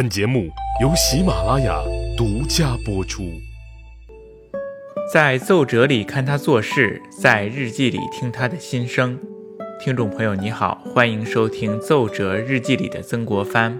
本节目由喜马拉雅独家播出。 在奏折里看他做事，在日记里听他的心声。听众朋友你好，欢迎收听奏折日记里的曾国藩。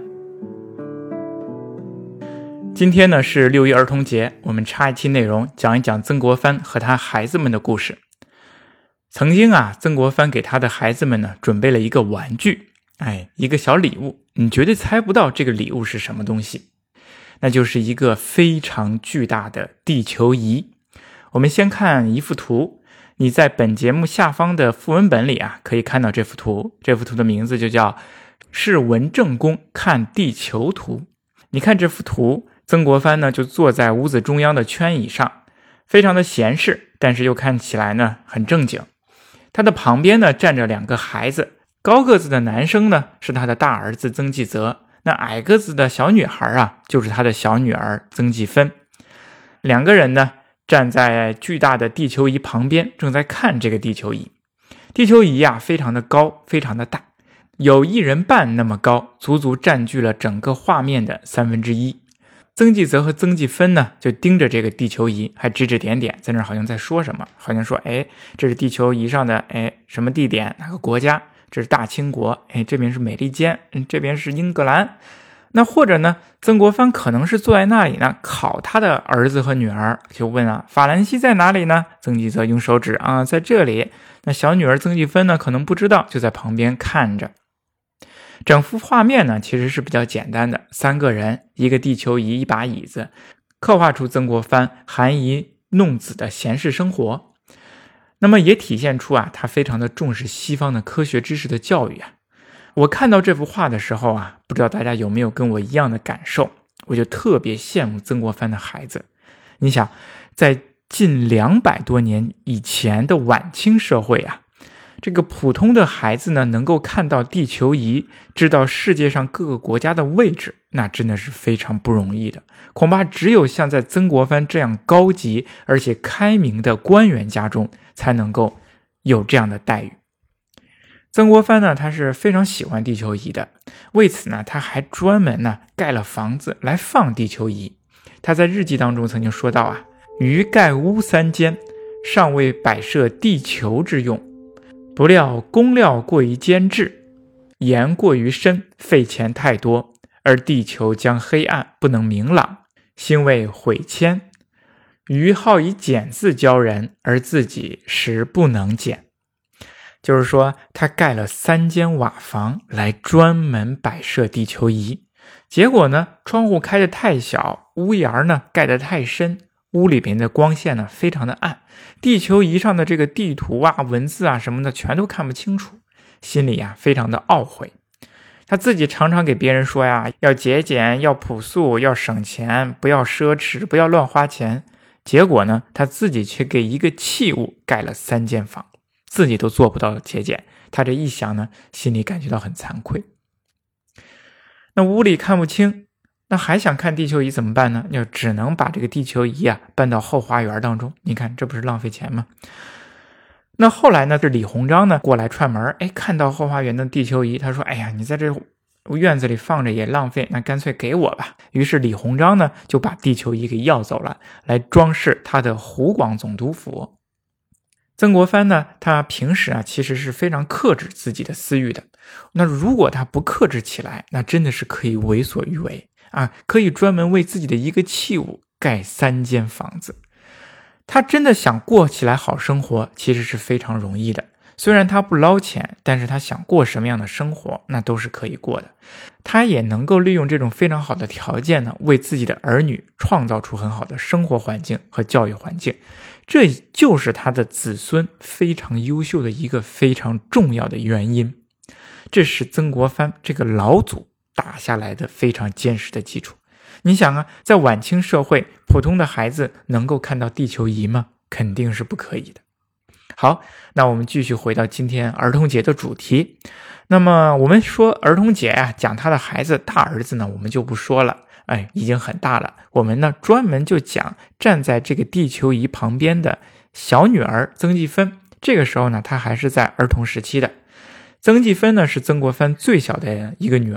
今天呢是6一儿童节，我们插一期内容，讲一讲曾国藩和他孩子们的故事。曾经曾国藩给他的孩子们呢准备了一个玩具，一个小礼物，你绝对猜不到这个礼物是什么东西，那就是一个非常巨大的地球仪。我们先看一幅图，你在本节目下方的附文本里可以看到这幅图，这幅图的名字就叫是文正公看地球图。你看这幅图，曾国藩呢就坐在屋子中央的圈椅上，非常的闲适，但是又看起来呢很正经。他的旁边呢站着两个孩子，高个子的男生呢是他的大儿子曾纪泽，那矮个子的小女孩就是他的小女儿曾纪芬。两个人呢站在巨大的地球仪旁边，正在看这个地球仪。地球仪非常的高，非常的大，有1人半那么高，足足占据了整个画面的1/3。曾纪泽和曾纪芬呢就盯着这个地球仪，还指指点点，在那儿好像在说什么，好像说这是地球仪上的什么地点，哪个国家，这是大清国，这边是美利坚，这边是英格兰。那或者呢，曾国藩可能是坐在那里呢考他的儿子和女儿，就问法兰西在哪里呢？曾纪泽用手指在这里。那小女儿曾纪芬呢可能不知道，就在旁边看着。整幅画面呢其实是比较简单的，3个人，一个地球仪，一把椅子，刻画出曾国藩含饴弄子的闲适生活。那么也体现出他非常的重视西方的科学知识的教育我看到这幅画的时候不知道大家有没有跟我一样的感受，我就特别羡慕曾国藩的孩子。你想，在近200多年以前的晚清社会这个普通的孩子呢能够看到地球仪，知道世界上各个国家的位置，那真的是非常不容易的。恐怕只有像在曾国藩这样高级而且开明的官员家中才能够有这样的待遇。曾国藩呢他是非常喜欢地球仪的，为此呢他还专门盖了房子来放地球仪。他在日记当中曾经说到余盖屋3间，尚未摆设地球之用，不料工料过于坚制，盐过于深，费钱太多，而地球将黑暗，不能明朗，兴为毁迁。余好以简字教人，而自己实不能简。就是说他盖了3间瓦房来专门摆设地球仪，结果呢窗户开得太小，屋檐呢盖得太深，屋里边的光线呢非常的暗，地球仪上的这个地图文字什么的全都看不清楚，心里非常的懊悔。他自己常常给别人说要节俭，要朴素，要省钱，不要奢侈，不要乱花钱。结果呢他自己却给一个器物盖了3间房，自己都做不到节俭，他这一想呢心里感觉到很惭愧。那屋里看不清，那还想看地球仪怎么办呢？就只能把这个地球仪搬到后花园当中，你看这不是浪费钱吗？那后来呢是李鸿章呢过来串门，看到后花园的地球仪，他说你在这院子里放着也浪费，那干脆给我吧。于是李鸿章呢就把地球仪给要走了，来装饰他的湖广总督府。曾国藩呢他平时其实是非常克制自己的私欲的，那如果他不克制起来，那真的是可以为所欲为可以专门为自己的一个器物盖3间房子。他真的想过起来好生活，其实是非常容易的。虽然他不捞钱，但是他想过什么样的生活，那都是可以过的。他也能够利用这种非常好的条件呢，为自己的儿女创造出很好的生活环境和教育环境。这就是他的子孙非常优秀的一个非常重要的原因。这是曾国藩这个老祖打下来的非常坚实的基础。你想在晚清社会，普通的孩子能够看到地球仪吗？肯定是不可以的。好，那我们继续回到今天儿童节的主题。那么我们说儿童节讲他的孩子，大儿子呢我们就不说了，已经很大了。我们呢专门就讲站在这个地球仪旁边的小女儿曾纪芬。这个时候呢她还是在儿童时期的。曾纪芬呢是曾国藩最小的一个女儿，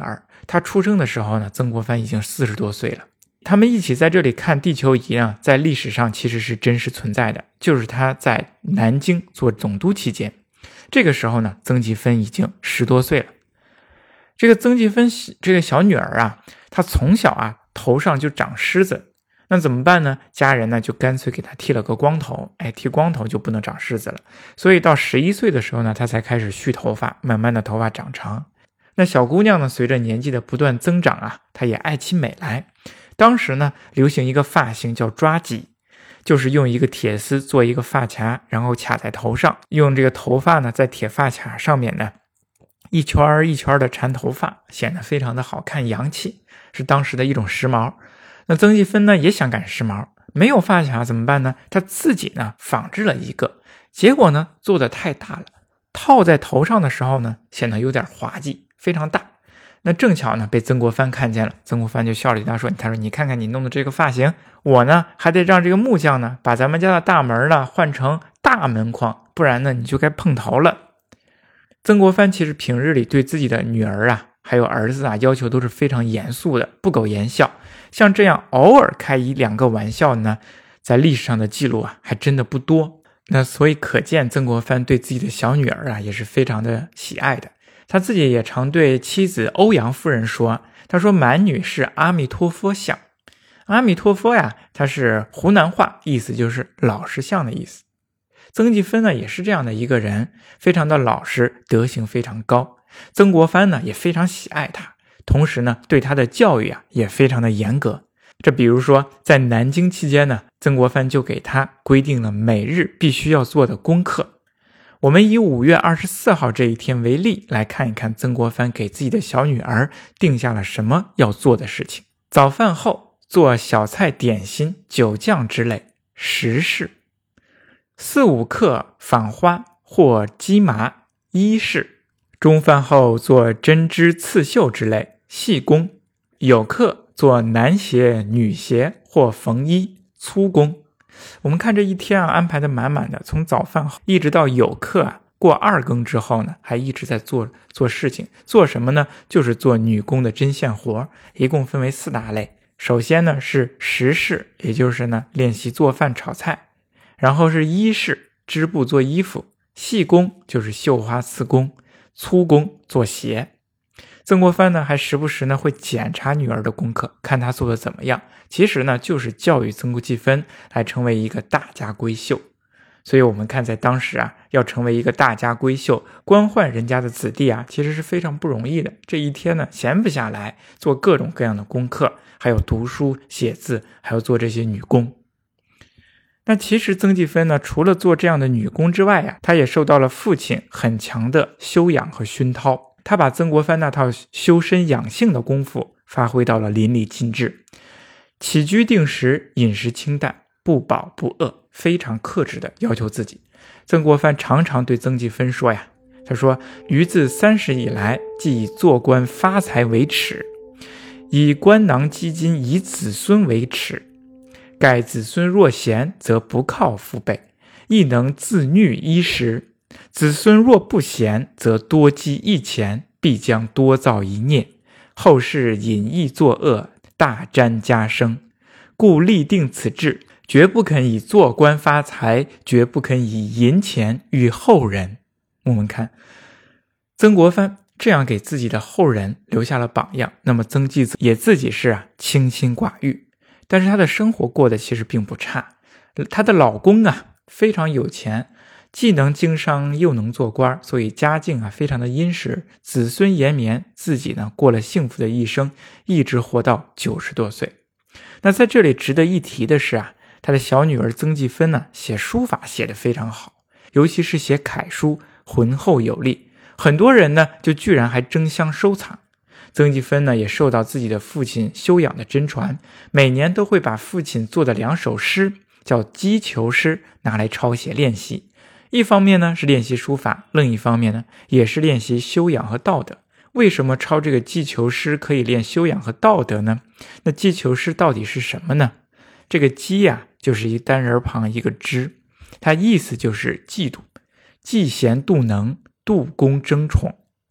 他出生的时候呢，曾国藩已经40多岁了。他们一起在这里看地球仪啊，在历史上其实是真实存在的，就是他在南京做总督期间。这个时候呢，曾纪芬已经10多岁了。这个曾纪芬这个小女儿啊，她从小啊头上就长虱子，那怎么办呢？家人呢就干脆给她剃了个光头，剃光头就不能长虱子了。所以到11岁的时候呢，她才开始蓄头发，慢慢的头发长长。那小姑娘呢，随着年纪的不断增长啊，她也爱起美来。当时呢，流行一个发型叫抓髻，就是用一个铁丝做一个发卡，然后卡在头上，用这个头发呢在铁发卡上面呢一圈一圈的缠头发，显得非常的好看洋气，是当时的一种时髦。那曾纪芬呢也想赶时髦，没有发卡怎么办呢？他自己呢仿制了一个，结果呢做得太大了，套在头上的时候呢显得有点滑稽，非常大。那正巧呢被曾国藩看见了，曾国藩就笑着对他说，你看看你弄的这个发型，我呢还得让这个木匠呢把咱们家的大门呢换成大门框，不然呢你就该碰头了。曾国藩其实平日里对自己的女儿啊还有儿子啊要求都是非常严肃的，不苟言笑。像这样偶尔开1-2个玩笑呢，在历史上的记录啊还真的不多。那所以可见曾国藩对自己的小女儿啊也是非常的喜爱的。他自己也常对妻子欧阳夫人说，他说满女是阿弥陀佛像。阿弥陀佛呀，它是湖南话，意思就是老实像的意思。曾纪芬呢也是这样的一个人，非常的老实，德行非常高。曾国藩呢也非常喜爱他，同时呢对他的教育啊也非常的严格。这比如说在南京期间呢，曾国藩就给他规定了每日必须要做的功课。我们以5月24号这一天为例，来看一看曾国藩给自己的小女儿定下了什么要做的事情。早饭后做小菜点心酒酱之类10事，4、5课纺花或机麻1事，中饭后做针织刺绣之类细工，有课做男鞋女鞋或缝衣粗工。我们看这一天啊，安排的满满的，从早饭后一直到有课啊，过2更之后呢，还一直在做事情。做什么呢？就是做女工的针线活，一共分为4大类。首先呢是10事，也就是呢练习做饭炒菜，然后是1事，织布做衣服，细工就是绣花刺工，粗工做鞋。曾国藩呢还时不时呢会检查女儿的功课，看她做的怎么样。其实呢就是教育曾纪芬来成为一个大家闺秀。所以我们看在当时啊，要成为一个大家闺秀，官宦人家的子弟啊，其实是非常不容易的。这一天呢闲不下来，做各种各样的功课，还有读书写字，还有做这些女工。那其实曾纪芬呢，除了做这样的女工之外啊，她也受到了父亲很强的修养和熏陶。他把曾国藩那套修身养性的功夫发挥到了淋漓尽致，起居定时，饮食清淡，不饱不饿，非常克制的要求自己。曾国藩常常对曾纪芬说呀，他说，余自30以来，即以做官发财为耻，以官囊积金以子孙为耻，盖子孙若贤，则不靠父辈，亦能自nüü衣食，子孙若不贤，则多积一钱，必将多造一孽，后世隐逸作恶，大沾家生，故立定此志，绝不肯以做官发财，绝不肯以银钱与后人。我们看曾国藩这样给自己的后人留下了榜样，那么曾纪也自己是清心寡欲，但是他的生活过得其实并不差。他的老公非常有钱，既能经商又能做官，所以家境非常的殷实，子孙延绵，自己呢过了幸福的一生，一直活到90多岁。那在这里值得一提的是他的小女儿曾纪芬呢，写书法写得非常好，尤其是写楷书，浑厚有力，很多人呢就居然还争相收藏。曾纪芬呢也受到自己的父亲修养的真传，每年都会把父亲做的2首诗叫击球诗拿来抄写练习，一方面呢是练习书法，另一方面呢也是练习修养和道德。为什么抄这个击球诗可以练修养和道德呢？那击球诗到底是什么呢？这个击就是一单人旁一个之，它意思就是嫉妒，嫉贤妒能，妒功争宠。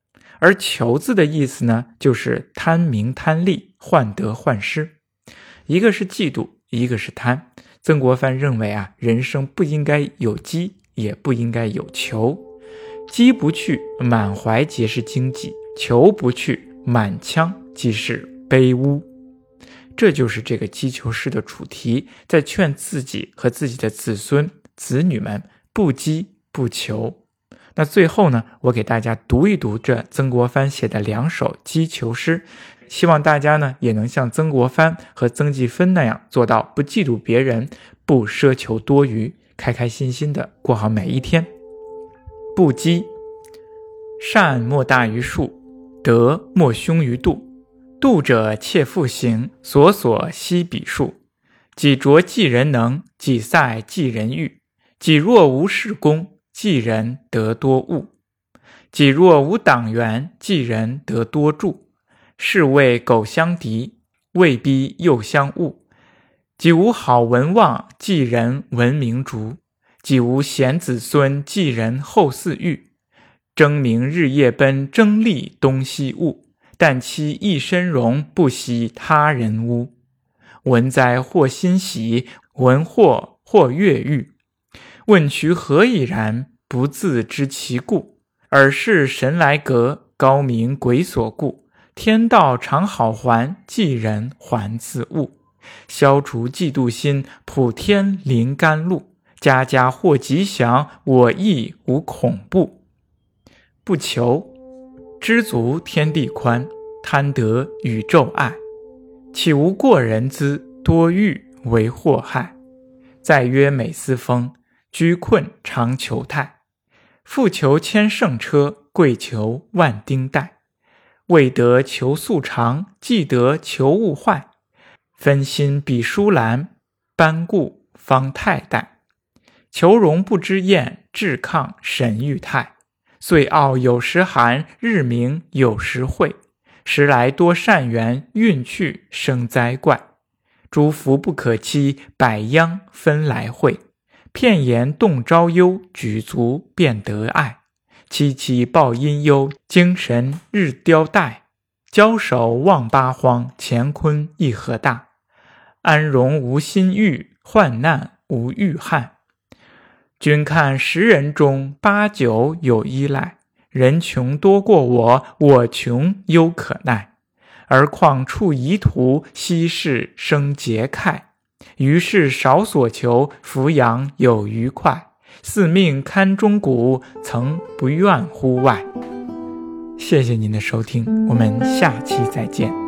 而求字的意思呢，就是贪名贪利，患得患失。一个是嫉妒，一个是贪。曾国藩认为人生不应该有积，也不应该有求。积不去，满怀皆是荆棘；求不去，满腔即是卑污。这就是这个击球诗的主题，在劝自己和自己的子孙子女们不积不求。那最后呢，我给大家读一读这曾国藩写的2首击球诗，希望大家呢也能像曾国藩和曾纪芬那样做到不嫉妒别人，不奢求多余，开开心心的过好每一天。不积，善莫大于术，德莫凶于度。度者切复行，所所悉彼数。己拙济人能，己塞济人欲。己若无事功，济人得多物。己若无党员，济人得多助。是谓苟相敌，位逼又相恶。己无好文望，济人闻名逐。己无贤子孙，济人后嗣育。争名日夜奔，争利东西物。但其一身荣，不惜他人污。文哉或欣喜，文或悦欲。问渠何以然，不自知其故。尔是神来阁，高明鬼所顾。天道常好还，济人还自误。消除嫉妒心，普天临甘露。家家获吉祥，我亦无恐怖。不求，知足天地宽，贪得宇宙爱。岂无过人资，多欲为祸害。再曰美思风，居困常求泰。富求千乘车，贵求万丁带。未得求速长，既得求物坏。分心比疏兰，班固方太代。求荣不知厌，至抗神欲泰。岁傲有时寒，日明有时晦。时来多善缘，运去生灾怪。诸福不可期，百殃分来会。片言动朝忧，举足便得爱。戚戚报阴忧，精神日凋怠。交手望八荒，乾坤亦何大。安荣无心欲，患难无欲憾。君看10人中8、9有依赖。人穷多过我，我穷犹可耐。而况处夷途，息事生节慨。于是少所求，俯仰有余快。四命堪钟鼓，曾不愿乎外。谢谢您的收听，我们下期再见。